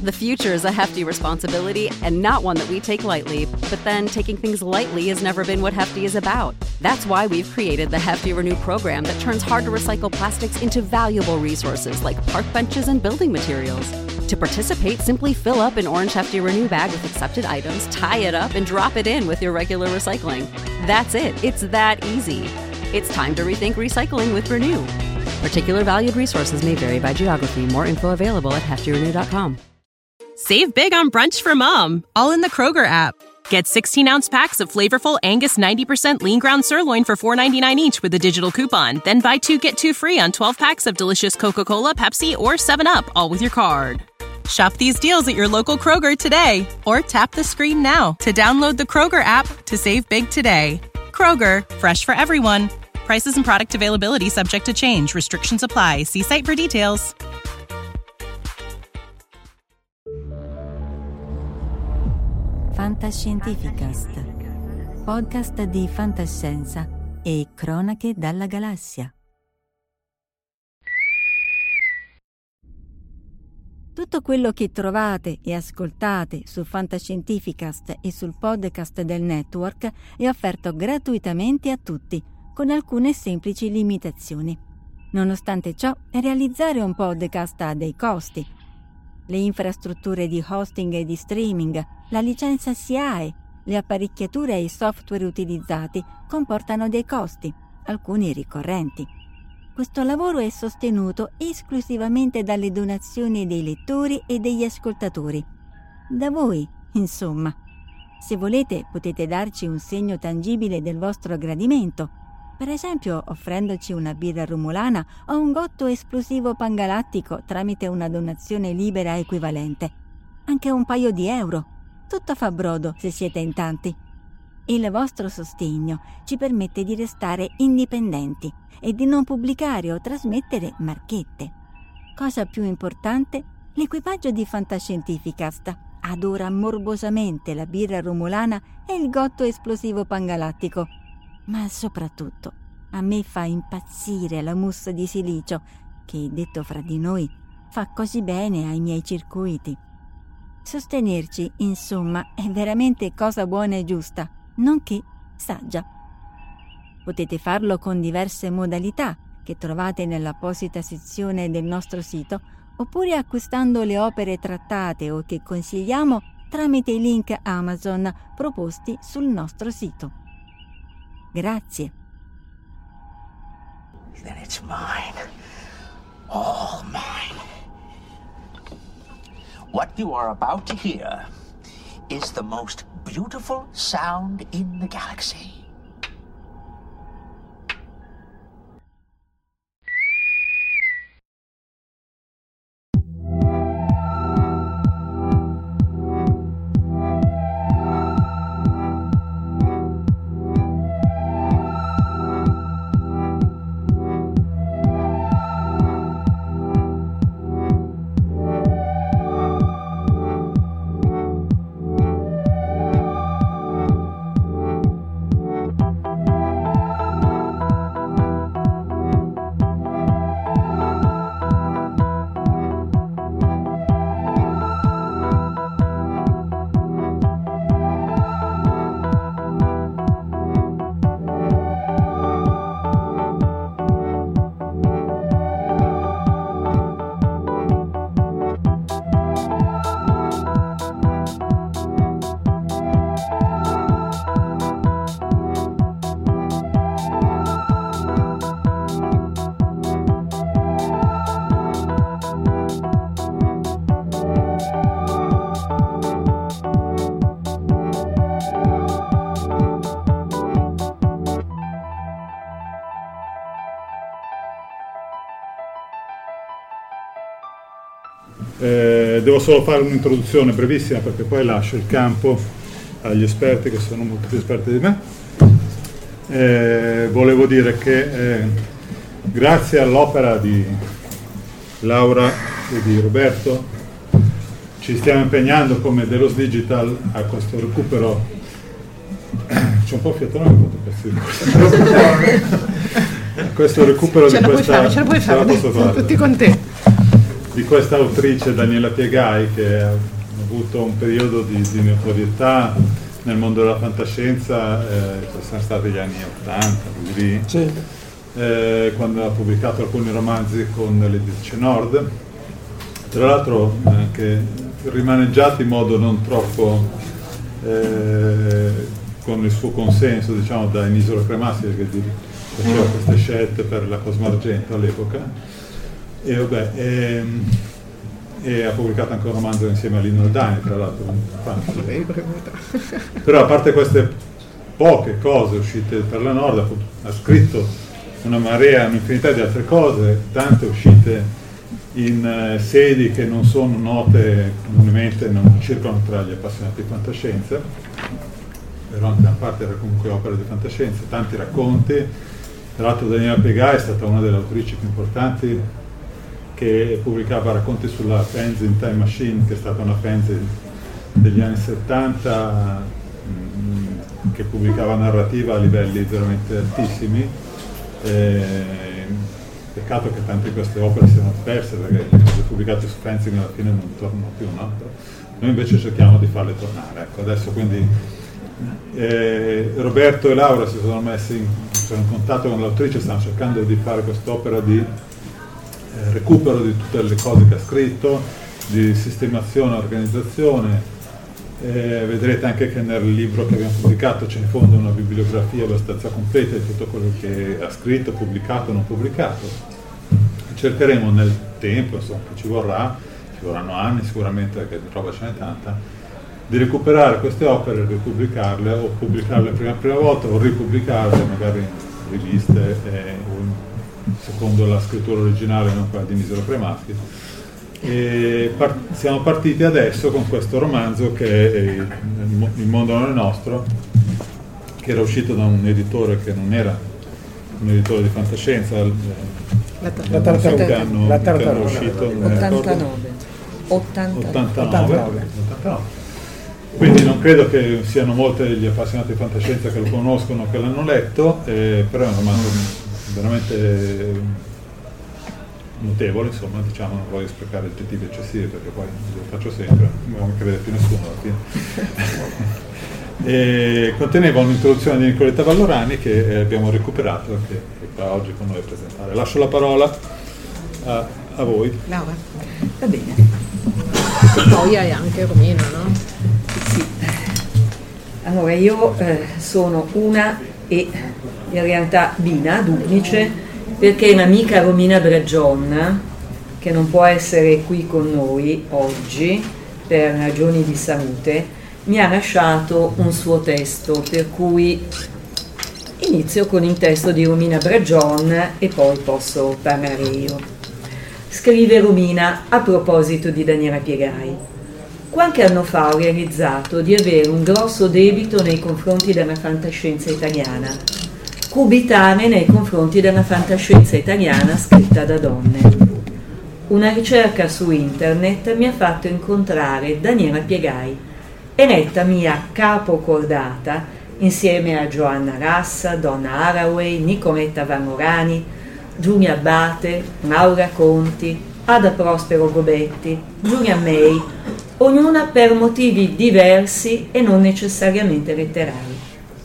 The future is a hefty responsibility and not one that we take lightly. But then taking things lightly has never been what Hefty is about. That's why we've created the Hefty Renew program that turns hard-to-recycle plastics into valuable resources like park benches and building materials. To participate, simply fill up an orange Hefty Renew bag with accepted items, tie it up, and drop it in with your regular recycling. That's it. It's that easy. It's time to rethink recycling with Renew. Particular valued resources may vary by geography. More info available at heftyrenew.com. Save big on brunch for mom, all in the Kroger app. Get 16-ounce packs of flavorful Angus 90% lean ground sirloin for $4.99 each with a digital coupon. Then buy 2, get 2 free on 12 packs of delicious Coca-Cola, Pepsi, or 7-Up, all with your card. Shop these deals at your local Kroger today, or tap the screen now to download the Kroger app to save big today. Kroger, fresh for everyone. Prices and product availability subject to change. Restrictions apply. See site for details. Fantascientificast, podcast di fantascienza e cronache dalla galassia. Tutto quello che trovate e ascoltate su Fantascientificast e sul podcast del network è offerto gratuitamente a tutti, con alcune semplici limitazioni. Nonostante ciò, realizzare un podcast ha dei costi. Le infrastrutture di hosting e di streaming, la licenza SIAE, le apparecchiature e i software utilizzati comportano dei costi, alcuni ricorrenti. Questo lavoro è sostenuto esclusivamente dalle donazioni dei lettori e degli ascoltatori. Da voi, insomma. Se volete, potete darci un segno tangibile del vostro gradimento, per esempio offrendoci una birra rumulana o un gotto esplosivo pangalattico tramite una donazione libera equivalente. Anche un paio di euro. Tutto fa brodo se siete in tanti. Il vostro sostegno ci permette di restare indipendenti e di non pubblicare o trasmettere marchette. Cosa più importante, l'equipaggio di Fantascientificast adora morbosamente la birra romulana e il gotto esplosivo pangalattico. Ma soprattutto, a me fa impazzire la mousse di silicio, che, detto fra di noi, fa così bene ai miei circuiti. Sostenerci, insomma, è veramente cosa buona e giusta, nonché saggia. Potete farlo con diverse modalità che trovate nell'apposita sezione del nostro sito, oppure acquistando le opere trattate o che consigliamo tramite i link Amazon proposti sul nostro sito. Grazie. Then it's mine. All mine. What you are about to hear is the most beautiful sound in the galaxy. Devo solo fare un'introduzione brevissima perché poi lascio il campo agli esperti che sono molto più esperti di me. Volevo dire che grazie all'opera di Laura e di Roberto ci stiamo impegnando come Delos Digital a questo recupero. C'è un po' fiatone questo recupero ce di questa ce la puoi fare, posso fare. tutti con te. di questa autrice Daniela Piegai, che ha avuto un periodo di notorietà nel mondo della fantascienza, sono stati gli anni 80, così, sì. Quando ha pubblicato alcuni romanzi con l'editrice Nord, tra l'altro anche rimaneggiati in modo non troppo con il suo consenso, diciamo, da Nisolo Cremaschi, che faceva queste scelte per la Cosmo Argento all'epoca, e ha pubblicato anche un romanzo insieme a Lino Dani, tra l'altro. Però a parte queste poche cose uscite per la Nord, ha scritto un'infinità di altre cose, tante uscite in sedi che non sono note comunemente, non circolano tra gli appassionati di fantascienza, però anche una parte era comunque opera di fantascienza, tanti racconti. Tra l'altro Daniela Piegai è stata una delle autrici più importanti che pubblicava racconti sulla fanzine Time Machine, che è stata una fanzine degli anni 70 che pubblicava narrativa a livelli veramente altissimi. Peccato che tante di queste opere siano perse, perché le pubblicate su fanzine alla fine non tornano più, no? Noi invece cerchiamo di farle tornare. Ecco, adesso quindi Roberto e Laura si sono messi in contatto con l'autrice, stanno cercando di fare quest'opera di recupero di tutte le cose che ha scritto, di sistemazione, organizzazione. Vedrete anche che nel libro che abbiamo pubblicato c'è in fondo una bibliografia abbastanza completa di tutto quello che ha scritto, pubblicato o non pubblicato. Cercheremo nel tempo, insomma, che ci vorranno anni sicuramente, perché di roba ce n'è tanta, di recuperare queste opere, ripubblicarle o pubblicarle per la prima volta o ripubblicarle magari in riviste secondo la scrittura originale, non quella di Nisolo Cremaschi. E siamo partiti adesso con questo romanzo che è Il mondo non è nostro, che era uscito da un editore che non era un editore di fantascienza, la Tartarona, uscito 89. Quindi non credo che siano molti gli appassionati di fantascienza che lo conoscono, che l'hanno letto, però è un romanzo veramente notevole, insomma, diciamo, non voglio sprecare aggettivi eccessivi perché poi lo faccio sempre, non che vede più nessuno alla fine. E conteneva un'introduzione di Nicoletta Vallorani che abbiamo recuperato e che è qua oggi con noi a presentare. Lascio la parola a voi. Laura, va bene. Poi hai anche Romina, no? Sì. Allora, io sono una e in realtà Bina Dubnice, perché un'amica Romina Bragion, che non può essere qui con noi oggi per ragioni di salute, mi ha lasciato un suo testo, per cui inizio con il testo di Romina Bragion e poi posso parlare io. Scrive Romina a proposito di Daniela Piegai. Qualche anno fa ho realizzato di avere un grosso debito nei confronti della fantascienza italiana, cubitare nei confronti della fantascienza italiana scritta da donne. Una ricerca su internet mi ha fatto incontrare Daniela Piegai, eletta mia capocordata insieme a Joanna Rassa, Donna Haraway, Nicoletta Vallorani, Giulia Abate, Laura Conti, Ada Prospero Gobetti, Giulia May, ognuna per motivi diversi e non necessariamente letterari.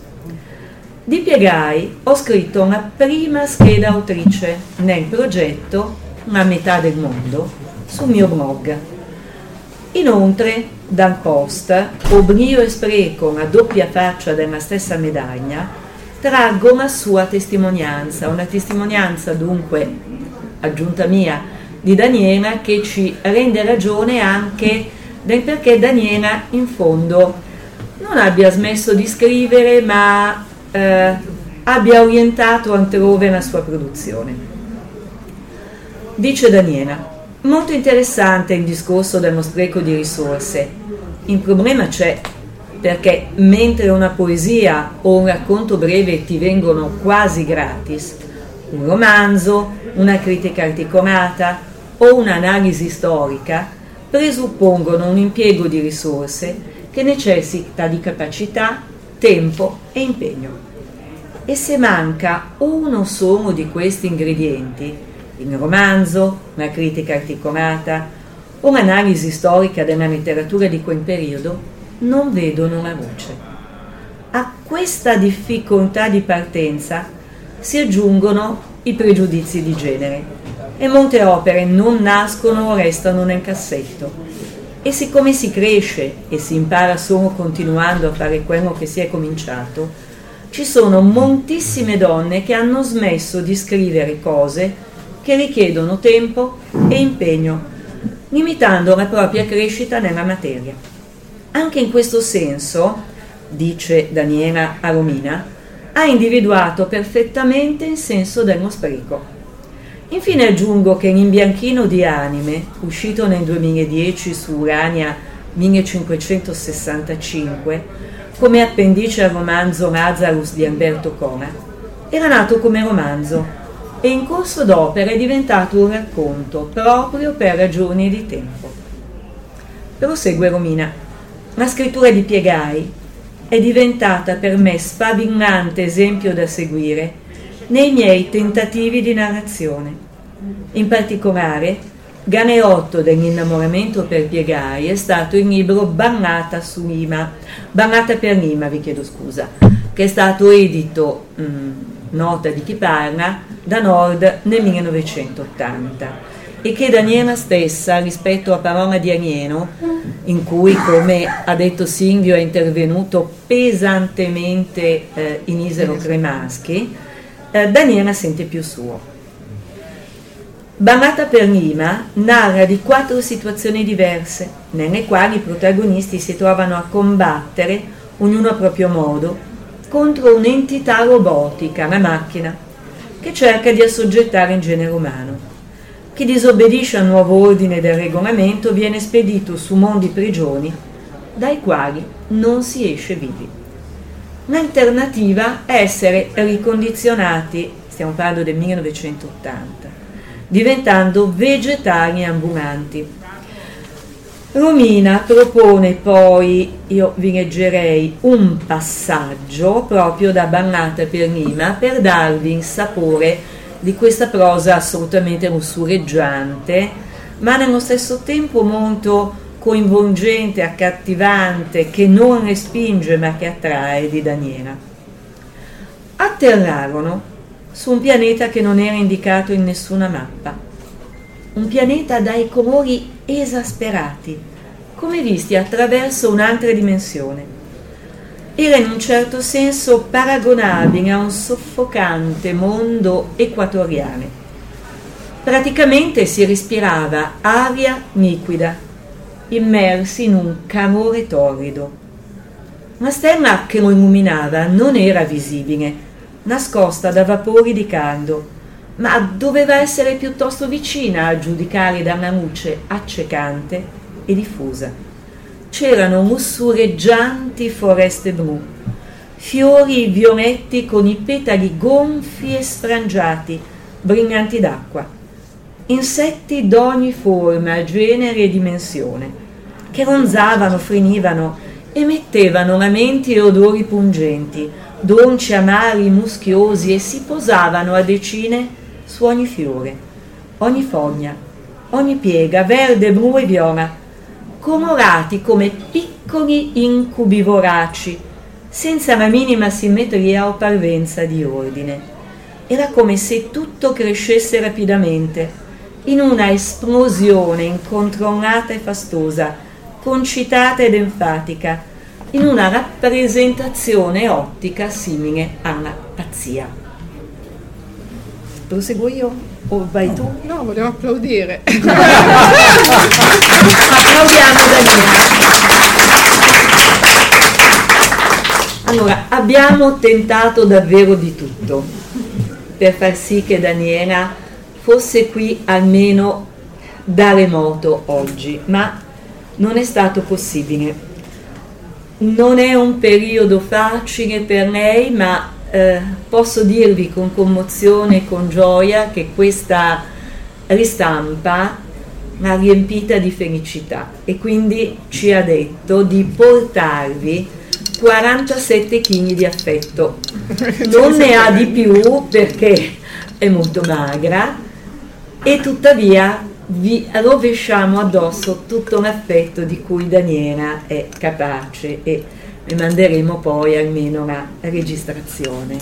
Di Piegai ho scritto una prima scheda autrice nel progetto La metà del mondo sul mio blog. Inoltre, dal post, Oblio e spreco, una doppia faccia della stessa medaglia, traggo una sua testimonianza, una testimonianza dunque, aggiunta mia, di Daniela, che ci rende ragione anche del perché Daniela in fondo non abbia smesso di scrivere, ma abbia orientato altrove la sua produzione. Dice Daniela: molto interessante il discorso dello spreco di risorse. Il problema c'è, perché mentre una poesia o un racconto breve ti vengono quasi gratis, un romanzo, una critica articolata o un'analisi storica presuppongono un impiego di risorse che necessita di capacità, tempo e impegno. E se manca uno solo di questi ingredienti, Il romanzo, una critica articolata o un'analisi storica della letteratura di quel periodo non vedono la luce. A questa difficoltà di partenza si aggiungono i pregiudizi di genere e molte opere non nascono o restano nel cassetto. E siccome si cresce e si impara solo continuando a fare quello che si è cominciato, ci sono moltissime donne che hanno smesso di scrivere cose che richiedono tempo e impegno, limitando la propria crescita nella materia. Anche in questo senso, dice Daniela a Romina, ha individuato perfettamente il senso dello spreco. Infine aggiungo che l'Imbianchino di Anime, uscito nel 2010 su Urania 1565, come appendice al romanzo Lazarus di Alberto Cora, era nato come romanzo e in corso d'opera è diventato un racconto proprio per ragioni di tempo. Prosegue Romina: la scrittura di Piegai è diventata per me sfavillante esempio da seguire nei miei tentativi di narrazione. In particolare, Ganeotto dell'innamoramento per Piegai è stato il libro Ballata per Lima, che è stato edito, nota di chi parla, da Nord nel 1980 e che Daniela stessa, rispetto a Parola di alieno, in cui, come ha detto Silvio, è intervenuto pesantemente in Isero Cremaschi, Daniela sente più suo. Ballata per Lima narra di 4 situazioni diverse, nelle quali i protagonisti si trovano a combattere, ognuno a proprio modo, contro un'entità robotica, la macchina, che cerca di assoggettare il genere umano. Chi disobbedisce al nuovo ordine del regolamento viene spedito su mondi prigioni dai quali non si esce vivi. L'alternativa è essere ricondizionati, stiamo parlando del 1980, diventando vegetali ambulanti. Romina propone poi, io vi leggerei un passaggio proprio da Ballata per Lima per darvi il sapore di questa prosa assolutamente lussureggiante, ma nello stesso tempo molto coinvolgente, accattivante, che non respinge ma che attrae, di Daniela. Atterrarono su un pianeta che non era indicato in nessuna mappa, un pianeta dai colori esasperati, come visti attraverso un'altra dimensione. Era in un certo senso paragonabile a un soffocante mondo equatoriale. Praticamente si respirava aria liquida, immersi in un calore torrido. La stella che lo illuminava non era visibile, nascosta da vapori di caldo, ma doveva essere piuttosto vicina a giudicare da una luce accecante e diffusa. C'erano lussureggianti foreste blu, fiori violetti con i petali gonfi e sfrangiati, brillanti d'acqua, insetti d'ogni forma, genere e dimensione, che ronzavano, frenivano, emettevano lamenti e odori pungenti, dolci, amari, muschiosi, e si posavano a decine su ogni fiore, ogni foglia, ogni piega, verde, blu e viola, colorati come piccoli incubi voraci, senza la minima simmetria o parvenza di ordine. Era come se tutto crescesse rapidamente, in una esplosione incontrollata e fastosa, concitata ed enfatica, in una rappresentazione ottica simile alla pazzia. Proseguo io? O vai tu? No, volevo applaudire. Applaudiamo Daniela. Allora, abbiamo tentato davvero di tutto per far sì che Daniela fosse qui almeno da remoto oggi, ma non è stato possibile. Non è un periodo facile per lei, ma posso dirvi con commozione e con gioia che questa ristampa l'ha riempita di felicità e quindi ci ha detto di portarvi 47 kg di affetto. Non ne ha di più perché è molto magra, e tuttavia vi rovesciamo addosso tutto un affetto di cui Daniela è capace e ne manderemo poi almeno una registrazione.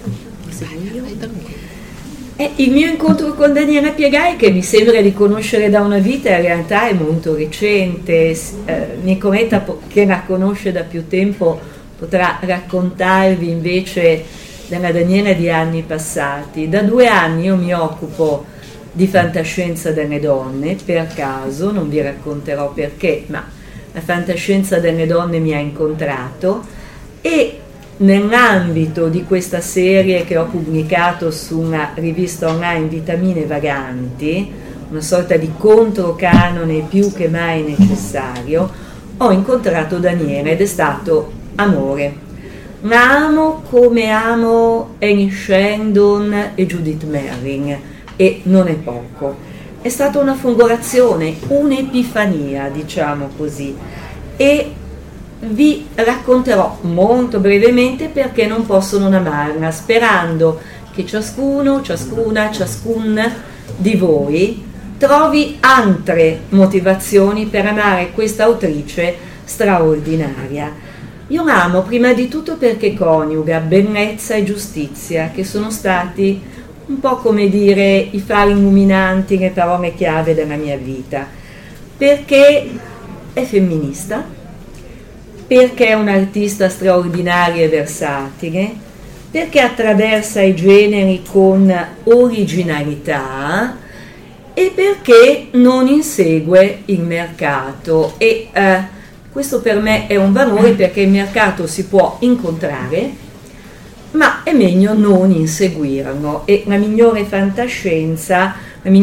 Il mio incontro con Daniela Piegai, che mi sembra di conoscere da una vita, in realtà è molto recente. Nicoletta, che la conosce da più tempo, potrà raccontarvi invece della Daniela di anni passati. Da 2 anni io mi occupo di fantascienza delle donne, per caso, non vi racconterò perché, ma la fantascienza delle donne mi ha incontrato, e nell'ambito di questa serie che ho pubblicato su una rivista online, Vitamine Vaganti, una sorta di controcanone più che mai necessario, ho incontrato Daniela ed è stato amore. La amo come amo Annie Shandon e Judith Merlin, e non è poco. È stata una folgorazione, un'epifania, diciamo così, e vi racconterò molto brevemente perché non posso non amarla, sperando che ciascuno, ciascuna, ciascun di voi trovi altre motivazioni per amare questa autrice straordinaria. Io l'amo prima di tutto perché coniuga bellezza e giustizia, che sono stati un po' come dire i fari illuminanti, le parole chiave della mia vita, perché è femminista, perché è un'artista straordinaria e versatile, perché attraversa i generi con originalità e perché non insegue il mercato. E questo per me è un valore, perché il mercato si può incontrare, ma è meglio non inseguirlo. E la migliore fantascienza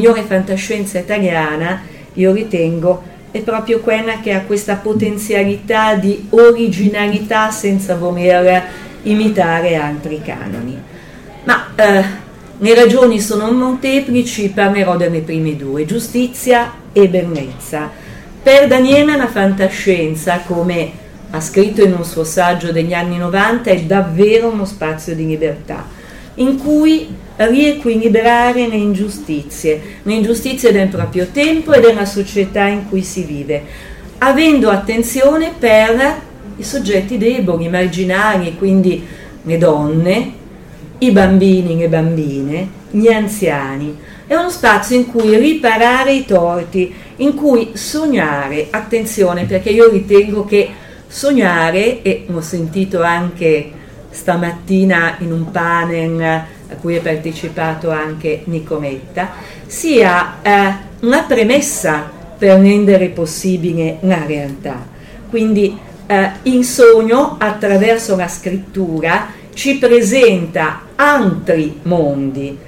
italiana, io ritengo, è proprio quella che ha questa potenzialità di originalità senza voler imitare altri canoni. Ma le ragioni sono molteplici, parlerò delle prime 2, giustizia e bellezza. Per Daniela la fantascienza, come ha scritto in un suo saggio degli anni 90, è davvero uno spazio di libertà, in cui riequilibrare le ingiustizie del proprio tempo e della società in cui si vive, avendo attenzione per i soggetti deboli, marginali, quindi le donne, i bambini, le bambine, gli anziani. È uno spazio in cui riparare i torti, in cui sognare, attenzione, perché io ritengo che sognare, e l'ho sentito anche stamattina in un panel a cui è partecipato anche Nicoletta, sia una premessa per rendere possibile la realtà. Quindi il sogno, attraverso la scrittura, ci presenta altri mondi,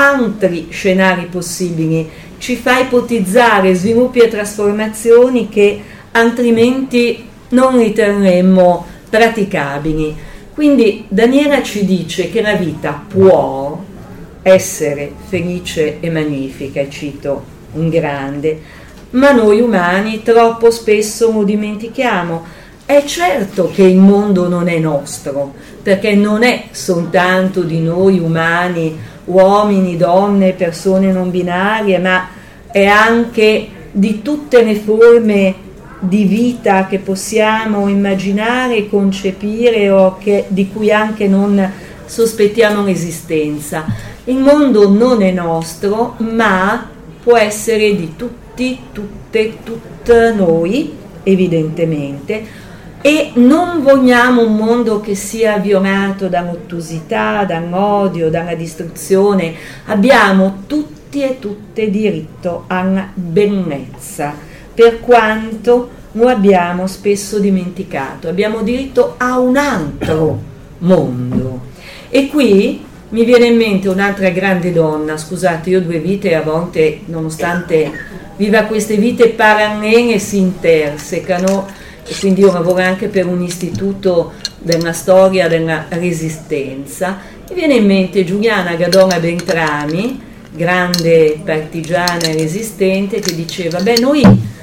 altri scenari possibili, ci fa ipotizzare sviluppi e trasformazioni che altrimenti non riterremmo praticabili. Quindi Daniela ci dice che la vita può essere felice e magnifica, e cito un grande, ma noi umani troppo spesso lo dimentichiamo. È certo che il mondo non è nostro, perché non è soltanto di noi umani, uomini, donne, persone non binarie, ma è anche di tutte le forme di vita che possiamo immaginare, concepire o di cui anche non sospettiamo l'esistenza. Il mondo non è nostro, ma può essere di tutti, tutte noi, evidentemente, e non vogliamo un mondo che sia violato dall'ottusità, dall'odio, dalla distruzione. Abbiamo tutti e tutte diritto alla bellezza, per quanto lo abbiamo spesso dimenticato. Abbiamo diritto a un altro mondo. E qui mi viene in mente un'altra grande donna. Scusate, io 2 vite a volte, nonostante viva queste vite parallele, si intersecano, e quindi io lavoro anche per un istituto della storia della resistenza. Mi viene in mente Giuliana Gadola Beltrami, grande partigiana e resistente, che diceva: noi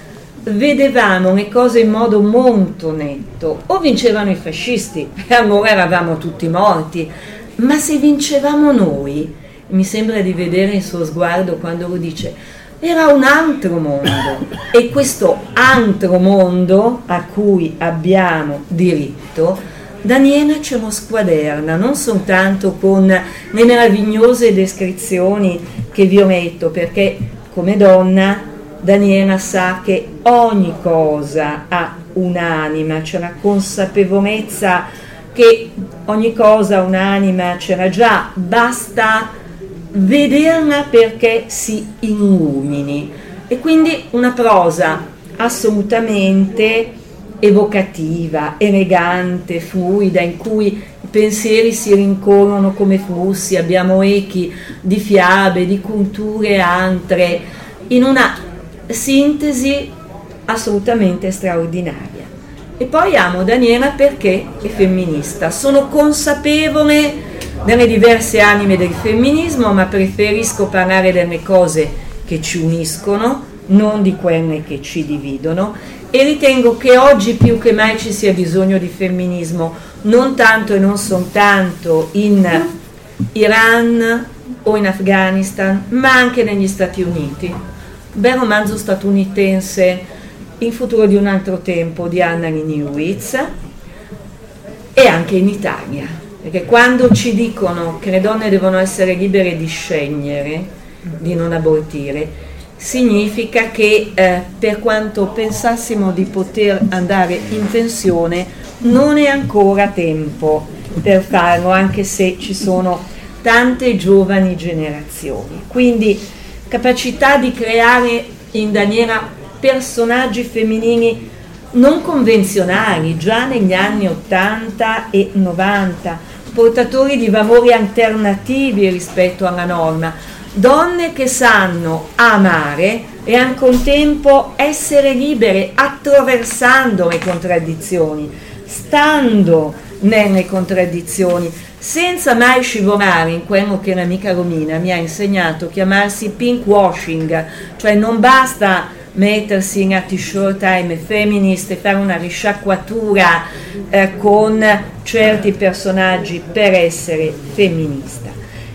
vedevamo le cose in modo molto netto, o vincevano i fascisti e allora eravamo tutti morti, ma se vincevamo noi mi sembra di vedere il suo sguardo quando lo dice, era un altro mondo, e questo altro mondo a cui abbiamo diritto Daniela ce lo squaderna, non soltanto con le meravigliose descrizioni che vi ho letto, perché come donna Daniela sa che ogni cosa ha un'anima, c'è la consapevolezza che ogni cosa ha un'anima, c'era già, basta vederla perché si illumini. E quindi una prosa assolutamente evocativa, elegante, fluida, in cui i pensieri si rincorrono come flussi, abbiamo echi di fiabe, di culture altre, in una sintesi assolutamente straordinaria. E poi amo Daniela perché è femminista, sono consapevole delle diverse anime del femminismo, ma preferisco parlare delle cose che ci uniscono, non di quelle che ci dividono, e ritengo che oggi più che mai ci sia bisogno di femminismo, non tanto e non soltanto in Iran o in Afghanistan, ma anche negli Stati Uniti. Bel romanzo statunitense, Il futuro di un altro tempo, di Anna Leibovitz, e anche in Italia, perché quando ci dicono che le donne devono essere libere di scegliere, di non abortire, significa che per quanto pensassimo di poter andare in pensione non è ancora tempo per farlo, anche se ci sono tante giovani generazioni. Quindi capacità di creare in Daniela personaggi femminili non convenzionali, già negli anni 80 e 90, portatori di valori alternativi rispetto alla norma, donne che sanno amare e al contempo essere libere, attraversando le contraddizioni, stando nelle contraddizioni, senza mai scivolare in quello che l'amica Romina mi ha insegnato chiamarsi pink washing, cioè non basta mettersi in t-shirt time feminist e fare una risciacquatura con certi personaggi per essere femminista.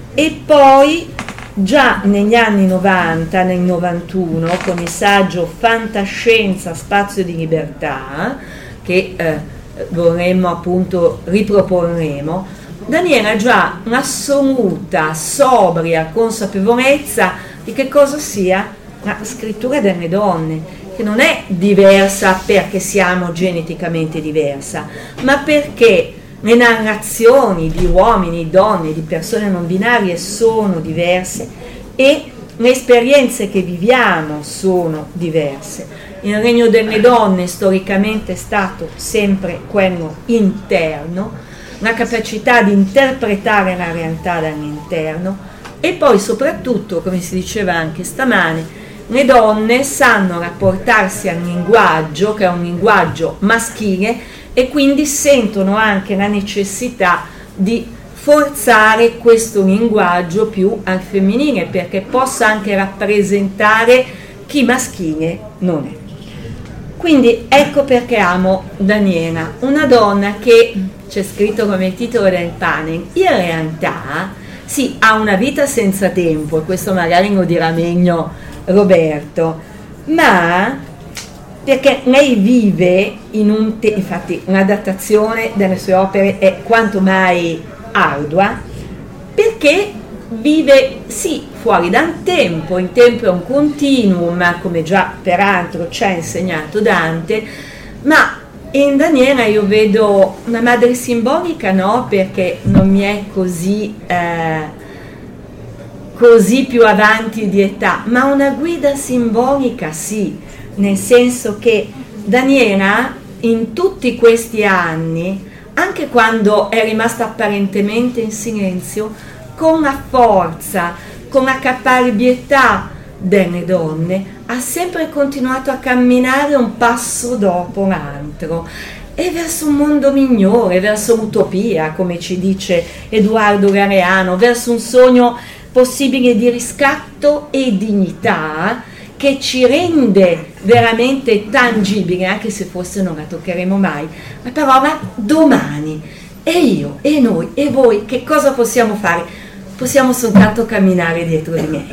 E poi già negli anni 90, nel 91, con il saggio Fantascienza, spazio di libertà, che vorremmo appunto riproporremo, Daniela ha già un'assoluta, sobria consapevolezza di che cosa sia la scrittura delle donne, che non è diversa perché siamo geneticamente diversa, ma perché le narrazioni di uomini, donne, di persone non binarie sono diverse e le esperienze che viviamo sono diverse. Il regno delle donne storicamente è stato sempre quello interno, la capacità di interpretare la realtà dall'interno, e poi soprattutto, come si diceva anche stamane, le donne sanno rapportarsi al linguaggio, che è un linguaggio maschile, e quindi sentono anche la necessità di forzare questo linguaggio più al femminile, perché possa anche rappresentare chi maschile non è. Quindi ecco perché amo Daniela, una donna che, c'è scritto come il titolo del panel, in realtà sì, ha una vita senza tempo, e questo magari lo dirà meglio Roberto, ma perché lei vive in un infatti un'adattazione delle sue opere è quanto mai ardua, perché vive sì fuori dal tempo, il tempo è un continuum, come già peraltro ci ha insegnato Dante, ma in Daniela io vedo una madre simbolica, no, perché non mi è così più avanti di età, ma una guida simbolica sì, nel senso che Daniela in tutti questi anni, anche quando è rimasta apparentemente in silenzio, con la forza, con la caparbietà delle donne, ha sempre continuato a camminare un passo dopo l'altro e verso un mondo migliore, verso l'utopia, come ci dice Edoardo Galeano, verso un sogno possibile di riscatto e dignità che ci rende veramente tangibile, anche se forse non la toccheremo mai, la parola domani. E io, e noi, e voi, che cosa possiamo fare? possiamo soltanto camminare dietro di me.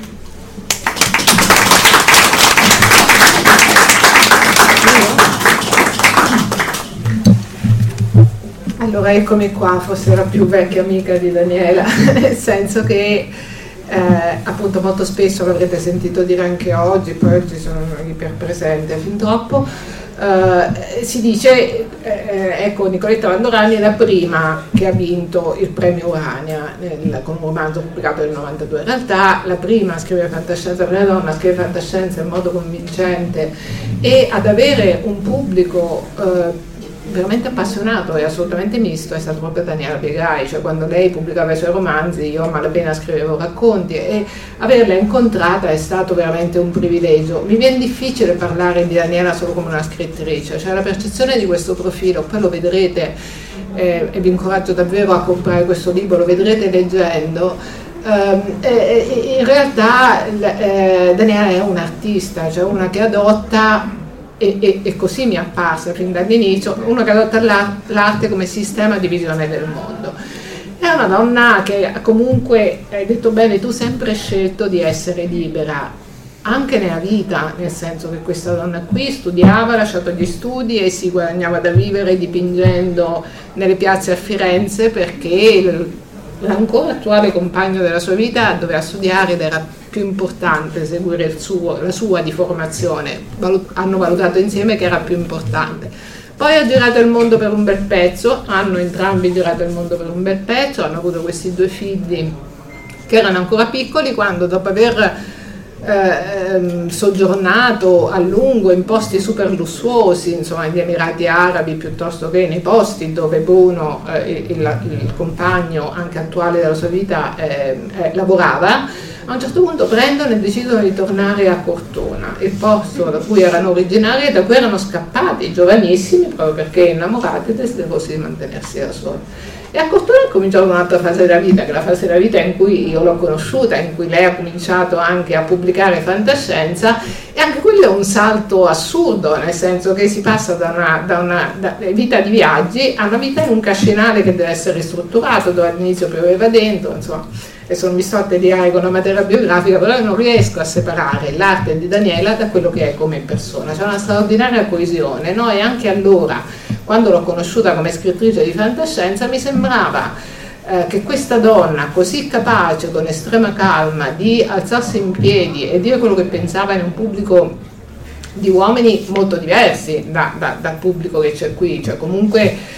Allora eccomi qua, forse la più vecchia amica di Daniela, nel senso che appunto molto spesso, l'avrete sentito dire anche oggi, poi oggi sono iperpresente fin troppo, si dice, ecco, Nicoletta Vandorani è la prima che ha vinto il premio Urania con un romanzo pubblicato nel 92. In realtà la prima a scrivere fantascienza, la prima donna a scrivere fantascienza in modo convincente e ad avere un pubblico veramente appassionato e assolutamente misto è stata proprio Daniela Piegai. Cioè, quando lei pubblicava i suoi romanzi io a malapena scrivevo racconti, e averla incontrata è stato veramente un privilegio. Mi viene difficile parlare di Daniela solo come una scrittrice, cioè la percezione di questo profilo, poi lo vedrete e vi incoraggio davvero a comprare questo libro, lo vedrete leggendo. In realtà Daniela è un'artista, cioè una che adotta, e così mi è apparsa fin dall'inizio, uno che adotta l'arte come sistema di visione del mondo. È una donna che comunque, hai detto bene, tu sempre hai scelto di essere libera anche nella vita, nel senso che questa donna qui studiava, ha lasciato gli studi e si guadagnava da vivere dipingendo nelle piazze a Firenze, perché l'ancora attuale compagno della sua vita doveva studiare ed era più importante seguire la sua di formazione. Hanno valutato insieme che era più importante. Poi ha girato il mondo per un bel pezzo, hanno entrambi girato il mondo per un bel pezzo, hanno avuto questi 2 figli che erano ancora piccoli, quando dopo aver soggiornato a lungo in posti super lussuosi, insomma negli Emirati Arabi piuttosto che nei posti dove Bruno, il compagno anche attuale della sua vita, lavorava, a un certo punto prendono e decidono di tornare a Cortona, il posto da cui erano originari e da cui erano scappati giovanissimi proprio perché innamorati e desiderosi di mantenersi da soli. E a Cortona è cominciata un'altra fase della vita, che è la fase della vita in cui io l'ho conosciuta, in cui lei ha cominciato anche a pubblicare fantascienza, e anche quello è un salto assurdo, nel senso che si passa da una vita di viaggi a una vita in un cascinale che deve essere ristrutturato, dove all'inizio pioveva dentro, insomma. Adesso non mi sto a tediare con una materia biografica, però io non riesco a separare l'arte di Daniela da quello che è come persona. C'è una straordinaria coesione, no? E anche allora, quando l'ho conosciuta come scrittrice di fantascienza, mi sembrava che questa donna così capace, con estrema calma, di alzarsi in piedi e dire quello che pensava in un pubblico di uomini molto diversi dal pubblico che c'è qui, cioè comunque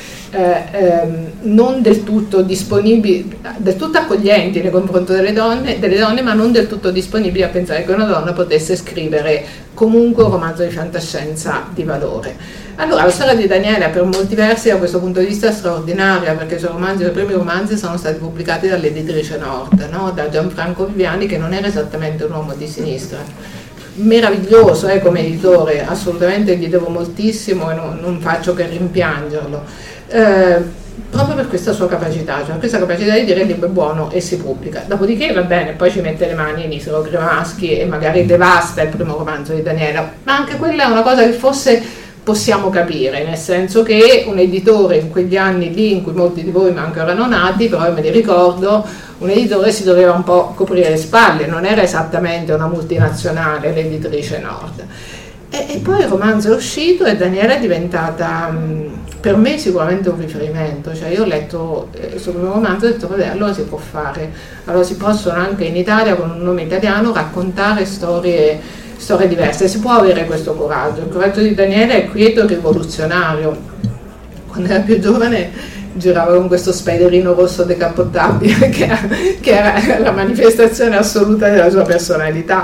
non del tutto disponibili, del tutto accoglienti nei confronti delle donne, ma non del tutto disponibili a pensare che una donna potesse scrivere comunque un romanzo di fantascienza di valore. Allora, la storia di Daniela per molti versi da questo punto di vista è straordinaria, perché i suoi primi romanzi sono stati pubblicati dall'editrice Nord, no? Da Gianfranco Viviani, che non era esattamente un uomo di sinistra. Meraviglioso come editore, assolutamente gli devo moltissimo e non faccio che rimpiangerlo. Proprio per questa sua capacità, cioè questa capacità di dire il libro è buono e si pubblica. Dopodiché va bene, poi ci mette le mani in Isero Cremaschi e magari devasta il primo romanzo di Daniela, ma anche quella è una cosa che forse possiamo capire, nel senso che un editore in quegli anni lì, in cui molti di voi manco erano nati, però io me li ricordo, un editore si doveva un po' coprire le spalle, non era esattamente una multinazionale l'editrice Nord. E poi il romanzo è uscito e Daniela è diventata per me sicuramente un riferimento, cioè io ho letto il suo primo romanzo e ho detto vabbè, allora si può fare, allora si possono anche in Italia con un nome italiano raccontare storie diverse, si può avere questo coraggio. Il coraggio di Daniela è quieto e rivoluzionario. Quando era più giovane girava con questo spiderino rosso decappottabile che era la manifestazione assoluta della sua personalità.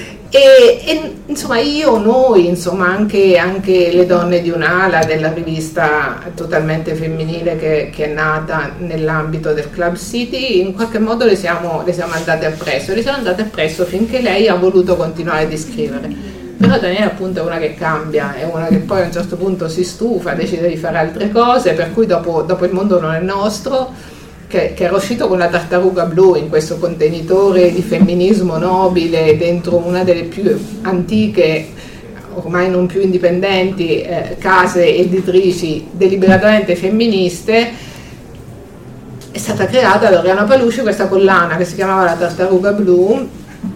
E insomma noi, anche le donne di un'ala della rivista totalmente femminile che è nata nell'ambito del Club City, in qualche modo le siamo andate appresso finché lei ha voluto continuare ad scrivere. Però Daniela appunto è una che cambia, è una che poi a un certo punto si stufa, decide di fare altre cose, per cui dopo Il mondo non è nostro, che era uscito con la tartaruga blu in questo contenitore di femminismo nobile dentro una delle più antiche, ormai non più indipendenti, case editrici deliberatamente femministe, stata creata da Oriana Palucci questa collana che si chiamava La tartaruga blu,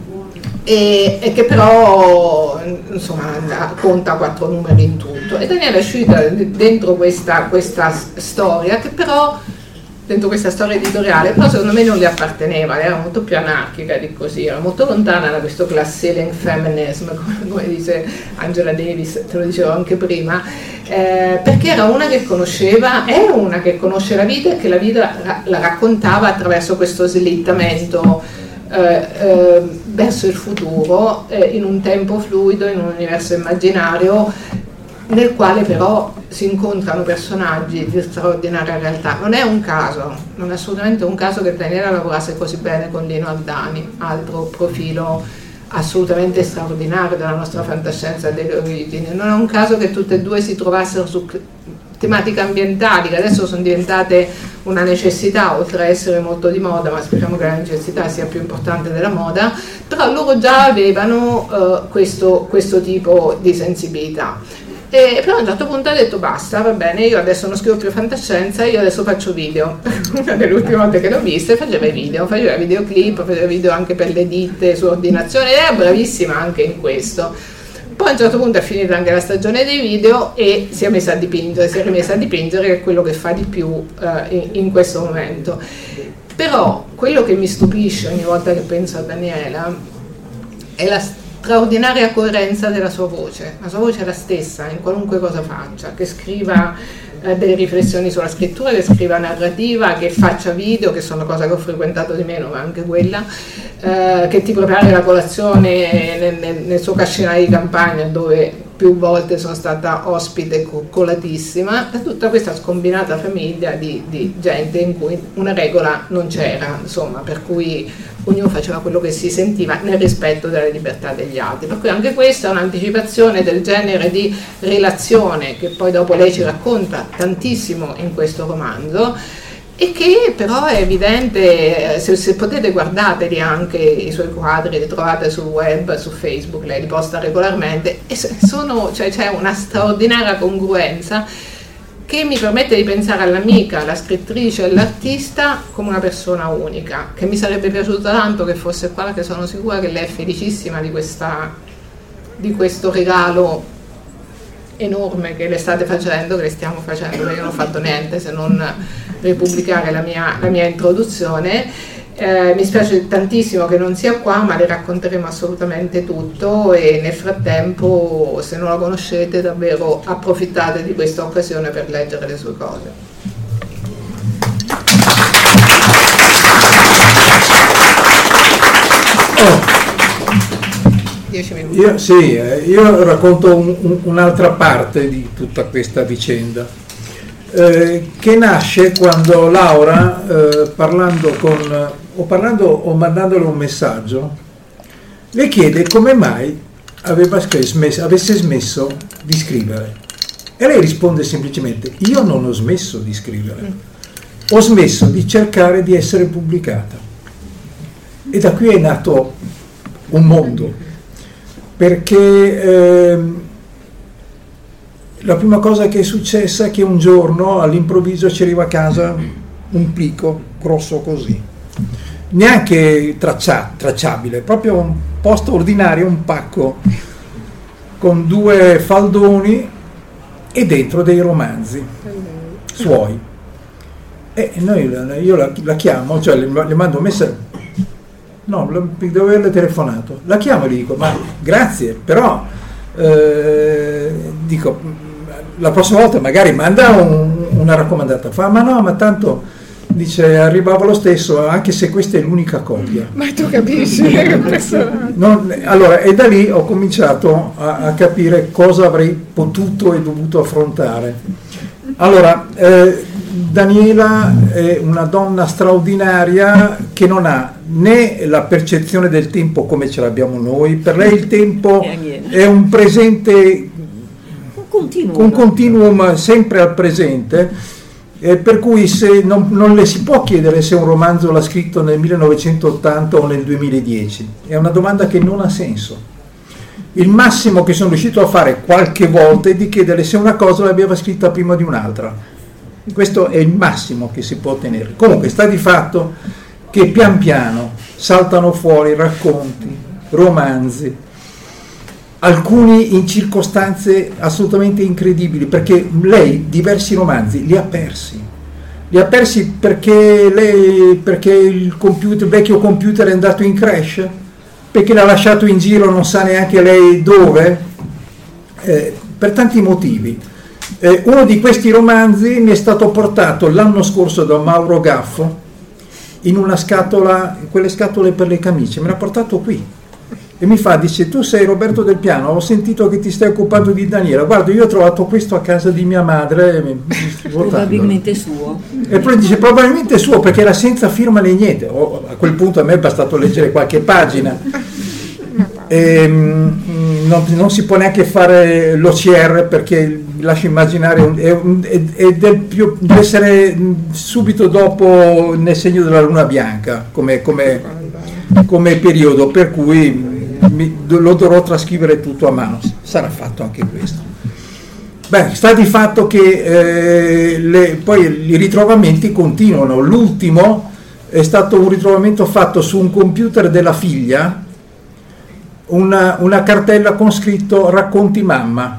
e che però insomma conta 4 numeri in tutto, e Daniela è uscita dentro questa storia, che però dentro questa storia editoriale, però secondo me non le apparteneva, era molto più anarchica di così, era molto lontana da questo class ceiling feminism, come dice Angela Davis, te lo dicevo anche prima, perché era una che conosceva, è una che conosce la vita e che la vita la raccontava attraverso questo slittamento verso il futuro, in un tempo fluido, in un universo immaginario nel quale però si incontrano personaggi di straordinaria realtà. Non è un caso, non è assolutamente un caso che Daniela lavorasse così bene con Lino Aldani, altro profilo assolutamente straordinario della nostra fantascienza delle origini. Non è un caso che tutte e due si trovassero su tematiche ambientali, che adesso sono diventate una necessità, oltre a essere molto di moda, ma speriamo che la necessità sia più importante della moda, però loro già avevano questo tipo di sensibilità. E però a un certo punto ha detto basta, va bene, io adesso non scrivo più fantascienza, io adesso faccio video. Una delle ultime volte che l'ho vista faceva videoclip, faceva video anche per le ditte su ordinazione, era bravissima anche in questo. Poi a un certo punto è finita anche la stagione dei video e si è rimessa a dipingere, che è quello che fa di più in questo momento. Però quello che mi stupisce ogni volta che penso a Daniela è la straordinaria coerenza della sua voce. La sua voce è la stessa in qualunque cosa faccia, che scriva delle riflessioni sulla scrittura, che scriva narrativa, che faccia video, che sono cose che ho frequentato di meno, ma anche quella, che ti prepari la colazione nel suo cascinaio di campagna, dove più volte sono stata ospite coccolatissima, da tutta questa scombinata famiglia di gente in cui una regola non c'era, insomma, per cui ognuno faceva quello che si sentiva nel rispetto delle libertà degli altri. Per cui anche questa è un'anticipazione del genere di relazione che poi dopo lei ci racconta tantissimo in questo romanzo, e che però è evidente, se potete guardateli anche i suoi quadri, li trovate sul web, su Facebook, lei li posta regolarmente, e c'è una straordinaria congruenza che mi permette di pensare all'amica, alla scrittrice, all'artista come una persona unica, che mi sarebbe piaciuto tanto che fosse qua, perché sono sicura che lei è felicissima di questo regalo enorme che le state facendo, che le stiamo facendo, perché non ho fatto niente se non ripubblicare la mia introduzione. Mi spiace tantissimo che non sia qua, ma le racconteremo assolutamente tutto, e nel frattempo, se non la conoscete, davvero approfittate di questa occasione per leggere le sue cose. Oh. 10 minuti. Io racconto un'altra parte di tutta questa vicenda, che nasce quando Laura, o mandandole un messaggio, le chiede come mai avesse smesso di scrivere, e lei risponde semplicemente: io non ho smesso di scrivere, ho smesso di cercare di essere pubblicata. E da qui è nato un mondo, perché la prima cosa che è successa è che un giorno all'improvviso ci arriva a casa un plico grosso così, neanche tracciabile, proprio un posto ordinario, un pacco con 2 faldoni e dentro dei romanzi suoi. E io la chiamo, cioè le mando un messaggio, no, devo averle telefonato, la chiamo e gli dico: ma grazie, però dico, la prossima volta magari manda una raccomandata. Fa: ma no, ma tanto, dice, arrivava lo stesso, anche se questa è l'unica copia. Ma tu capisci? Allora, e da lì ho cominciato a capire cosa avrei potuto e dovuto affrontare. Allora, Daniela è una donna straordinaria che non ha né la percezione del tempo come ce l'abbiamo noi. Per lei il tempo è un presente, un continuum sempre al presente, per cui non le si può chiedere se un romanzo l'ha scritto nel 1980 o nel 2010, è una domanda che non ha senso. Il massimo che sono riuscito a fare qualche volta è di chiedere se una cosa l'aveva scritta prima di un'altra, Questo è il massimo che si può ottenere. Comunque sta di fatto che pian piano saltano fuori racconti, romanzi, alcuni in circostanze assolutamente incredibili, perché lei diversi romanzi li ha persi perché il vecchio computer è andato in crash, perché l'ha lasciato in giro non sa neanche lei dove, per tanti motivi. Uno di questi romanzi mi è stato portato l'anno scorso da Mauro Gaffo in una scatola, quelle scatole per le camicie, me l'ha portato qui e mi fa, dice: tu sei Roberto Del Piano, ho sentito che ti stai occupando di Daniela, guarda, io ho trovato questo a casa di mia madre, probabilmente suo, e poi dice probabilmente suo, perché era senza firma né niente. A quel punto a me è bastato leggere qualche pagina. Non si può neanche fare l'OCR, perché lascio immaginare deve essere subito dopo Nel segno della luna bianca come periodo, per cui lo dovrò trascrivere tutto a mano. Sarà fatto anche questo. Beh, sta di fatto che poi i ritrovamenti continuano. L'ultimo è stato un ritrovamento fatto su un computer della figlia, una cartella con scritto "racconti mamma",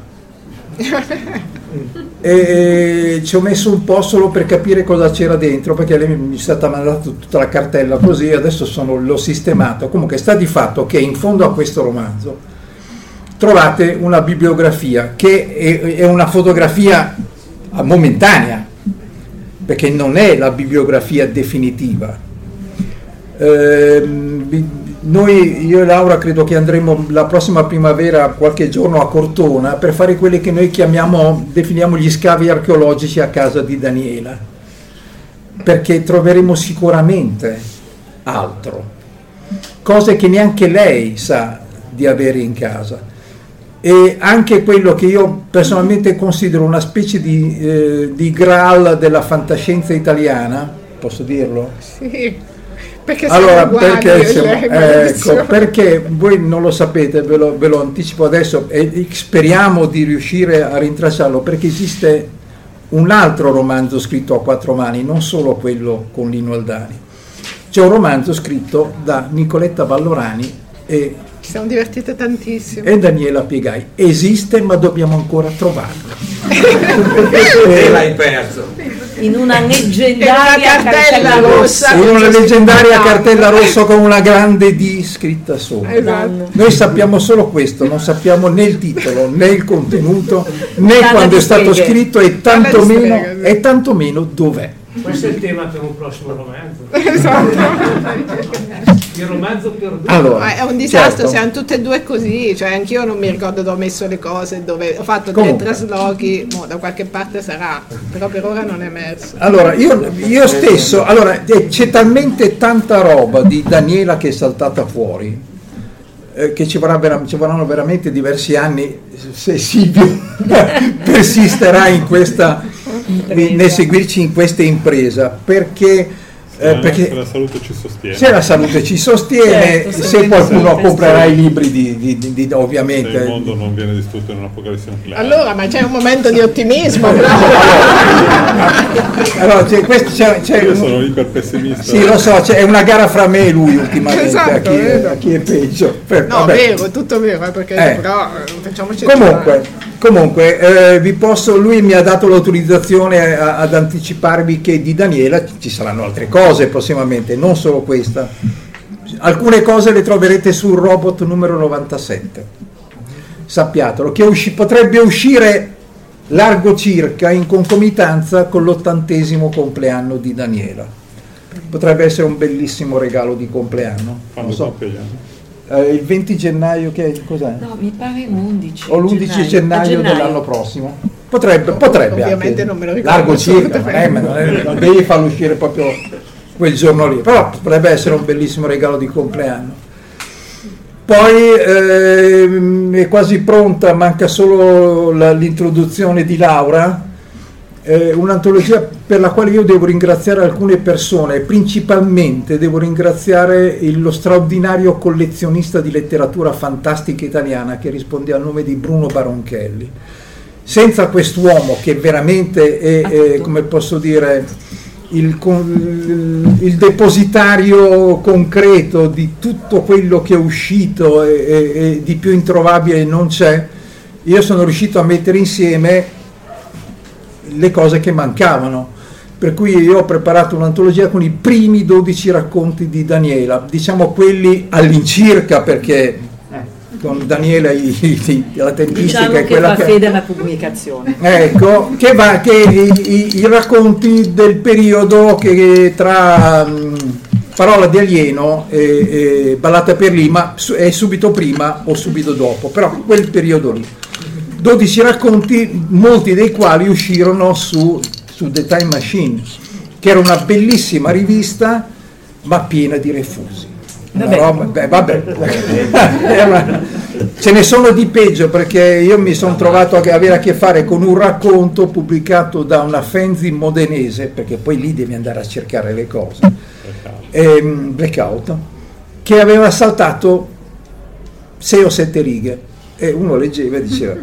e ci ho messo un po' solo per capire cosa c'era dentro, perché lei mi è stata mandata tutta la cartella così, adesso l'ho sistemato. Comunque sta di fatto che in fondo a questo romanzo trovate una bibliografia che è una fotografia momentanea, perché non è la bibliografia definitiva. Io e Laura credo che andremo la prossima primavera, qualche giorno, a Cortona per fare quelli che noi definiamo gli scavi archeologici a casa di Daniela, perché troveremo sicuramente altro, cose che neanche lei sa di avere in casa, e anche quello che io personalmente considero una specie di Graal della fantascienza italiana, posso dirlo? Sì. Perché allora, perché voi non lo sapete, ve lo anticipo adesso, e speriamo di riuscire a rintracciarlo, perché esiste un altro romanzo scritto a 4 mani, non solo quello con Lino Aldani. C'è un romanzo scritto da Nicoletta Vallorani e ci siamo divertite tantissimo, e Daniela Piegai. Esiste, ma dobbiamo ancora trovarlo. E l'hai perso in una leggendaria cartella rossa. In una leggendaria cartella rossa con una grande D scritta sopra. Esatto. Noi sappiamo solo questo, non sappiamo né il titolo, né il contenuto, né quando è stato scritto, e tantomeno dov'è. Questo è il tema per un prossimo romanzo. Esatto. Il romanzo perduto. Allora, è un disastro, certo. Siamo tutte e due così, cioè anch'io non mi ricordo dove ho messo le cose, dove ho fatto 3 traslochi, da qualche parte sarà, però per ora non è emerso. Allora, io stesso, c'è talmente tanta roba di Daniela che è saltata fuori, che ci vorranno veramente diversi anni se Silvio persisterà nel seguirci in questa impresa, perché la salute ci sostiene. Se la salute ci sostiene, certo, se qualcuno comprerà i libri di ovviamente. Se il mondo non viene distrutto in un'apocalisse nucleare. Allora, ma c'è un momento di ottimismo. Allora, io sono iper pessimista. Sì, lo so, è una gara fra me e lui ultimamente, esatto, a chi è peggio. No, vero, tutto vero, perché però facciamoci. Comunque lui mi ha dato l'autorizzazione ad anticiparvi che di Daniela ci saranno altre cose prossimamente, non solo questa. Alcune cose le troverete sul robot numero 97, sappiatelo, che potrebbe uscire largo circa in concomitanza con l'80° compleanno di Daniela. Potrebbe essere un bellissimo regalo di compleanno. Quando so. Il 20 gennaio, cos'è? No, mi pare l'11. O l'11 gennaio dell'anno prossimo. Potrebbe ovviamente anche. non me lo ricordo. Largo circa, non devi farlo uscire proprio quel giorno lì, però potrebbe essere un bellissimo regalo di compleanno. Poi è quasi pronta, manca solo l'introduzione di Laura, un'antologia per la quale io devo ringraziare alcune persone, principalmente devo ringraziare lo straordinario collezionista di letteratura fantastica italiana che risponde al nome di Bruno Baronchelli, senza quest'uomo che veramente è come posso dire, il depositario concreto di tutto quello che è uscito e di più introvabile non c'è, io sono riuscito a mettere insieme le cose che mancavano. Per cui io ho preparato un'antologia con i primi 12 racconti di Daniela, diciamo quelli all'incirca, perché con Daniela la tempistica diciamo è quella che fa fede alla pubblicazione. Ecco, i racconti del periodo che tra Parola di alieno e Ballata per Lima è subito prima o subito dopo, però quel periodo lì. 12 racconti, molti dei quali uscirono su The Time Machine, che era una bellissima rivista ma piena di refusi. Ce ne sono di peggio, perché io mi sono trovato a avere a che fare con un racconto pubblicato da una fanzine modenese, perché poi lì devi andare a cercare le cose, Blackout, che aveva saltato 6 o 7 righe e uno leggeva e diceva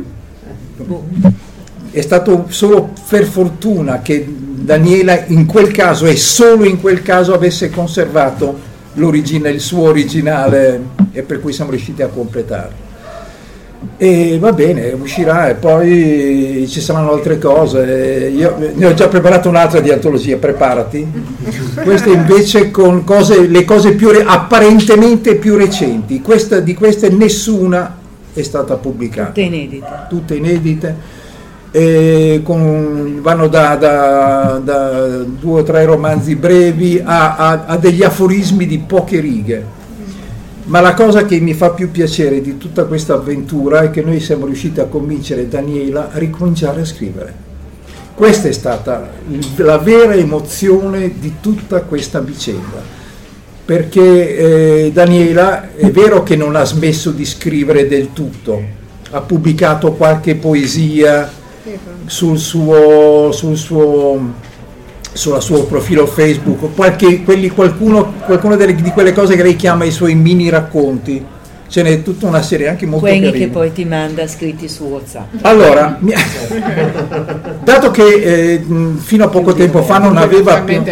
è stato solo per fortuna che Daniela in quel caso e solo in quel caso avesse conservato il suo originale, e per cui siamo riusciti a completarlo. E va bene, uscirà e poi ci saranno altre cose. Io ne ho già preparato un'altra di antologia, preparati. Questa invece con le cose apparentemente più recenti. Di queste nessuna è stata pubblicata. Tutte inedite. Vanno da 2 o 3 romanzi brevi a degli aforismi di poche righe. Ma la cosa che mi fa più piacere di tutta questa avventura è che noi siamo riusciti a convincere Daniela a ricominciare a scrivere. Questa è stata la vera emozione di tutta questa vicenda, perché Daniela è vero che non ha smesso di scrivere del tutto, ha pubblicato qualche poesia sul suo profilo Facebook, qualcuno di quelle cose che lei chiama i suoi mini racconti, ce n'è tutta una serie anche molto carina. Quelli che poi ti manda scritti su WhatsApp. Allora, dato che fino a poco tempo fa non aveva più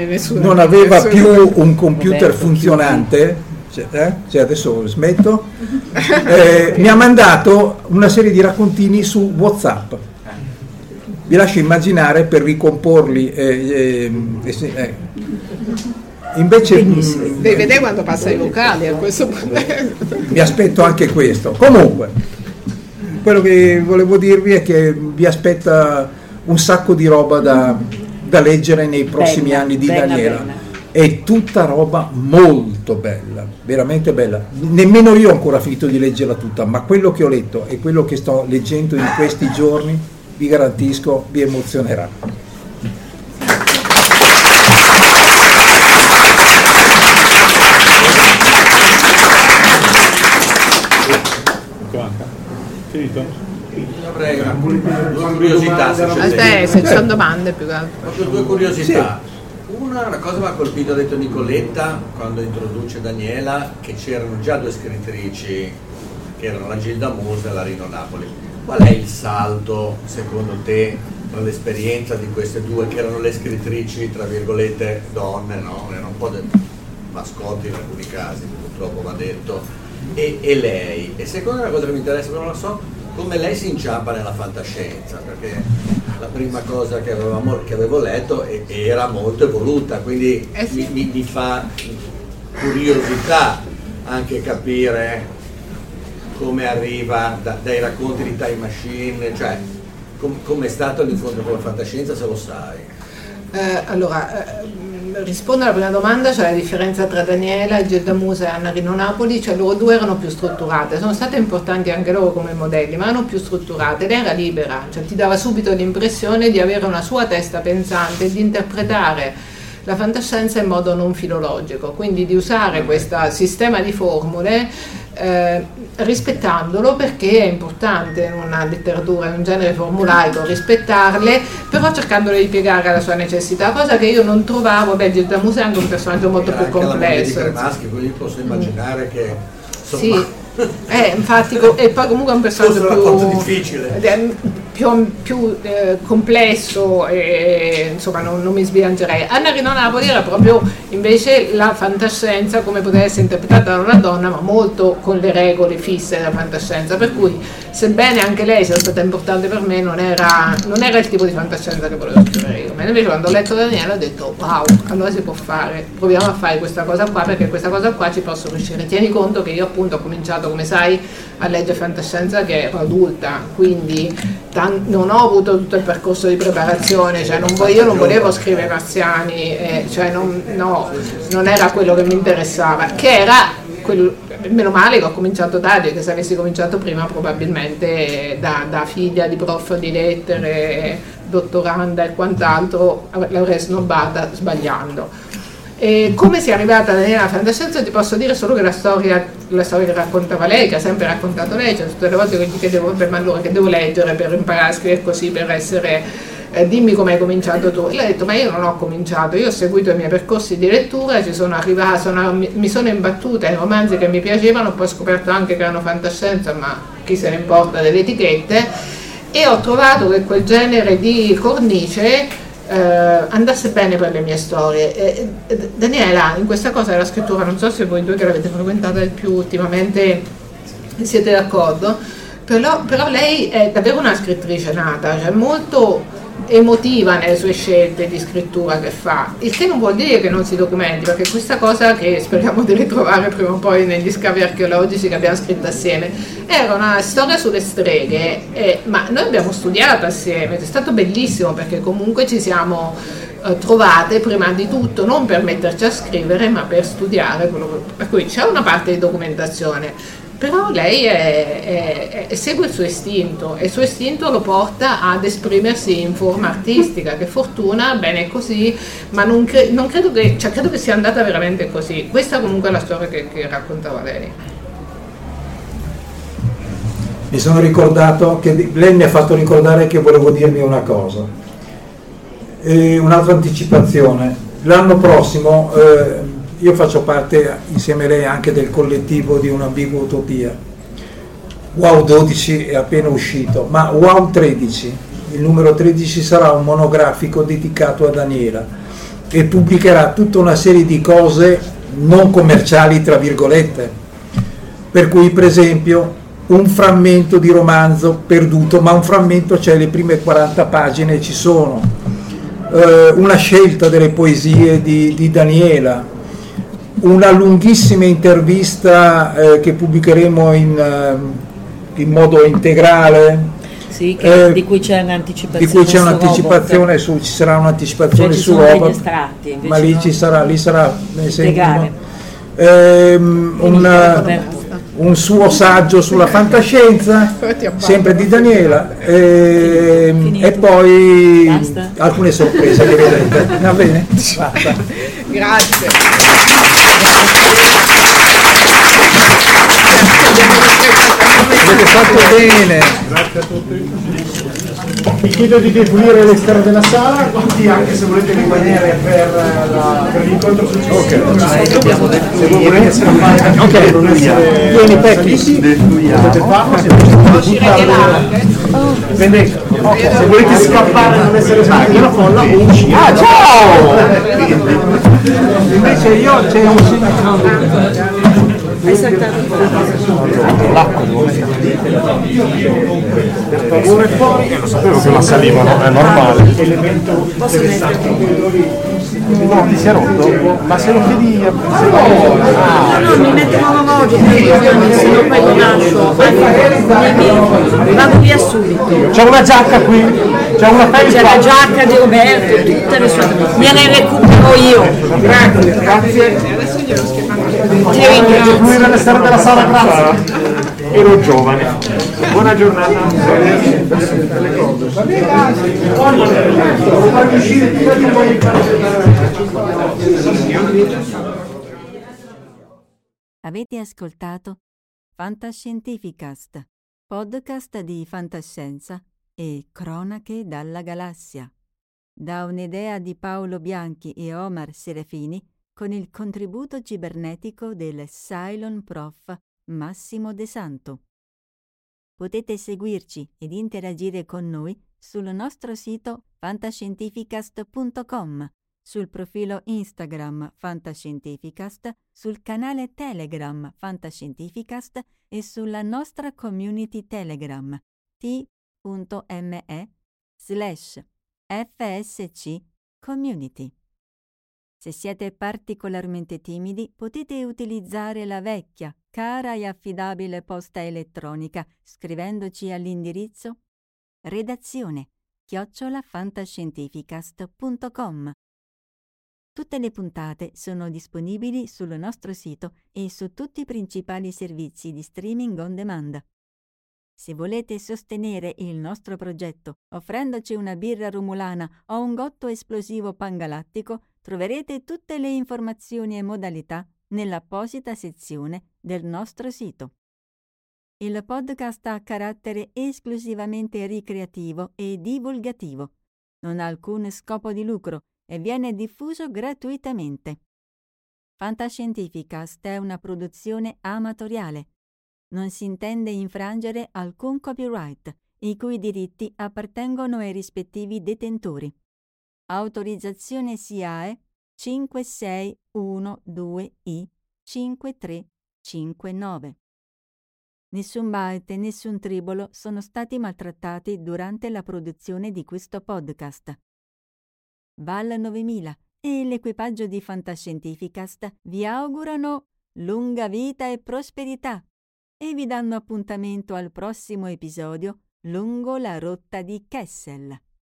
un computer funzionante, adesso smetto, mi ha mandato una serie di raccontini su WhatsApp. Vi lascio immaginare, per ricomporli. Invece devi vedere quando passa i vocali a questo punto. Mi aspetto anche questo. Comunque, quello che volevo dirvi è che vi aspetta un sacco di roba da leggere nei prossimi anni di Daniela. È tutta roba molto bella, veramente bella. Nemmeno io ho ancora finito di leggerla tutta, ma quello che ho letto e quello che sto leggendo in questi giorni, vi garantisco, vi emozionerà. Finito? Prego, due curiosità. Se ci sono domande più che altro. Ho due curiosità. Una cosa mi ha colpito, ha detto Nicoletta quando introduce Daniela, che c'erano già 2 scrittrici, che erano la Gilda Musa e la Rino Napoli. Qual è il salto, secondo te, tra l'esperienza di queste 2, che erano le scrittrici, tra virgolette, donne, no? Erano un po' mascotti in alcuni casi, purtroppo va detto, e lei? E seconda una cosa che mi interessa, però non lo so, come lei si inciampa nella fantascienza, perché la prima cosa che avevo letto era molto evoluta, quindi mi fa curiosità anche capire come arriva dai racconti di Time Machine, cioè come è stato l'incontro con la fantascienza, se lo sai. Rispondo alla prima domanda, cioè la differenza tra Daniela, Gilda Musa e Anna Rino Napoli, cioè loro 2 erano più strutturate, sono state importanti anche loro come modelli, ma erano più strutturate, lei era libera, cioè ti dava subito l'impressione di avere una sua testa pensante e di interpretare la fantascienza in modo non filologico, quindi di usare questo sistema di formule rispettandolo, perché è importante in una letteratura, in un genere formulaico, rispettarle, però cercandole di piegare alla sua necessità, cosa che io non trovavo. Gilda Musa è anche un personaggio molto più complesso. Quindi posso immaginare che sì, infatti, e poi comunque è un personaggio più più complesso e insomma non mi sbilancerei. Anna Rino Napoli era proprio invece la fantascienza come poteva essere interpretata da una donna, ma molto con le regole fisse della fantascienza, per cui sebbene anche lei sia stata importante per me, non era il tipo di fantascienza che volevo scrivere io. Ma invece quando ho letto Daniela ho detto wow, allora si può fare, proviamo a fare questa cosa qua, perché questa cosa qua ci posso riuscire. Tieni conto che io appunto ho cominciato, come sai, a leggere fantascienza che ero adulta, quindi non ho avuto tutto il percorso di preparazione, cioè io non volevo scrivere marziani, cioè non era quello che mi interessava, che era meno male che ho cominciato tardi, che se avessi cominciato prima probabilmente da figlia di prof di lettere, dottoranda e quant'altro l'avrei snobbata sbagliando. E come sia arrivata Daniela alla fantascienza ti posso dire solo che la storia che raccontava lei, che ha sempre raccontato lei, cioè tutte le volte che gli chiedevo ma allora che devo leggere per imparare a scrivere così, per essere dimmi come hai cominciato tu. E lei ha detto ma io non ho cominciato, io ho seguito i miei percorsi di lettura, ci sono arrivata, mi sono imbattuta in romanzi che mi piacevano, poi ho scoperto anche che erano fantascienza, ma chi se ne importa delle etichette, e ho trovato che quel genere di cornice andasse bene per le mie storie. Daniela in questa cosa della scrittura, non so se voi due che l'avete frequentata di più ultimamente siete d'accordo, però lei è davvero una scrittrice nata, cioè molto emotiva nelle sue scelte di scrittura che fa, il che non vuol dire che non si documenti, perché questa cosa che speriamo di ritrovare prima o poi negli scavi archeologici che abbiamo scritto assieme era una storia sulle streghe, ma noi abbiamo studiato assieme, è stato bellissimo perché comunque ci siamo trovate prima di tutto non per metterci a scrivere ma per studiare, per cui c'è una parte di documentazione. Però lei segue il suo istinto e il suo istinto lo porta ad esprimersi in forma artistica, che fortuna, bene così, ma non credo che, cioè credo che sia andata veramente così. Questa comunque è la storia che raccontava lei. Mi sono ricordato che lei mi ha fatto ricordare che volevo dirmi una cosa, un'altra anticipazione. L'anno prossimo io faccio parte insieme a lei anche del collettivo di Un'ambigua utopia. Wow 12 è appena uscito, ma Wow 13, il numero 13, sarà un monografico dedicato a Daniela e pubblicherà tutta una serie di cose non commerciali tra virgolette, per cui per esempio un frammento di romanzo perduto, ma un frammento, cioè le prime 40 pagine ci sono, una scelta delle poesie di Daniela, una lunghissima intervista che pubblicheremo in modo integrale, sì, di cui c'è un'anticipazione, ci sarà un'anticipazione su Robot, estratti, ma lì sarà un suo saggio sulla fantascienza, sempre di Daniela, e poi basta. Alcune sorprese che vedrete. Va bene? Basta. Grazie. Avete fatto bene. Grazie a tutti. Vi chiedo di defluire all'esterno della sala, quindi anche se volete rimanere per l'incontro successivo, se voi volete scappare per non essere saliti, potete farlo, se volete scappare e non essere saliti nella folla o uscire. Ah, ciao! Invece io c'è un segno. Hai saltato l'acqua per favore fuori, lo sapevo che la salivano, è normale. Posso mettere? No, ti si è rotto? Ma se lo chiedi no, mi metto un orologio, se no poi lo lascio vado via subito. C'è una giacca qui, c'è una felpa. C'è la giacca di Roberto, tutte le sue, gliele recupero io. Grazie. Adesso glielo schiaffano. Ti ringrazio. Lui all'esterno della sala, grazie. Ero giovane. Buona giornata. Avete ascoltato Fantascientificast, podcast di fantascienza e cronache dalla galassia, da un'idea di Paolo Bianchi e Omar Serafini con il contributo cibernetico del Cylon Prof Massimo De Santo. potete seguirci ed interagire con noi sul nostro sito fantascientificast.com, sul profilo Instagram Fantascientificast, sul canale Telegram Fantascientificast e sulla nostra community Telegram t.me/FSC Community. Se siete particolarmente timidi, potete utilizzare la vecchia, cara e affidabile posta elettronica scrivendoci all'indirizzo redazione@fantascientificast.com. Tutte le puntate sono disponibili sul nostro sito e su tutti i principali servizi di streaming on demand. Se volete sostenere il nostro progetto offrendoci una birra romulana o un gotto esplosivo pangalattico, troverete tutte le informazioni e modalità nell'apposita sezione del nostro sito. Il podcast ha carattere esclusivamente ricreativo e divulgativo. Non ha alcun scopo di lucro e viene diffuso gratuitamente. Fantascientificast è una produzione amatoriale. Non si intende infrangere alcun copyright, i cui diritti appartengono ai rispettivi detentori. Autorizzazione SIAE 5612I5359. Nessun byte e nessun tribolo sono stati maltrattati durante la produzione di questo podcast. Val 9000 e l'equipaggio di Fantascientificast vi augurano lunga vita e prosperità e vi danno appuntamento al prossimo episodio lungo la rotta di Kessel.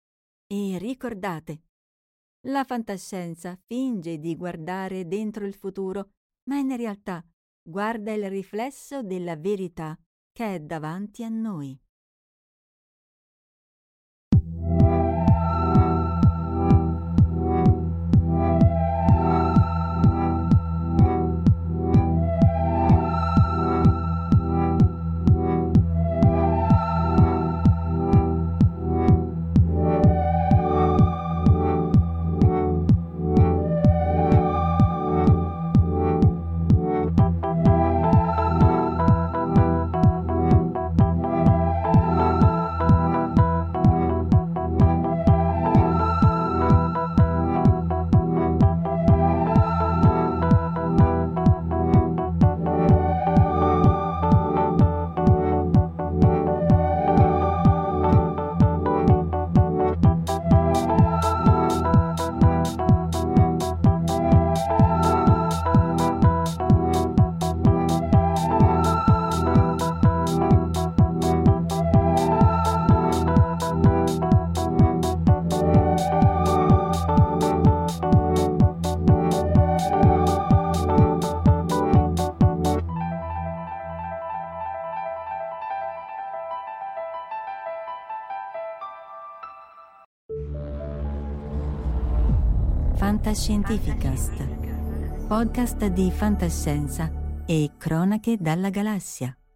E ricordate, la fantascienza finge di guardare dentro il futuro, ma in realtà guarda il riflesso della verità che è davanti a noi. Fantascientificast, podcast di fantascienza e cronache dalla galassia.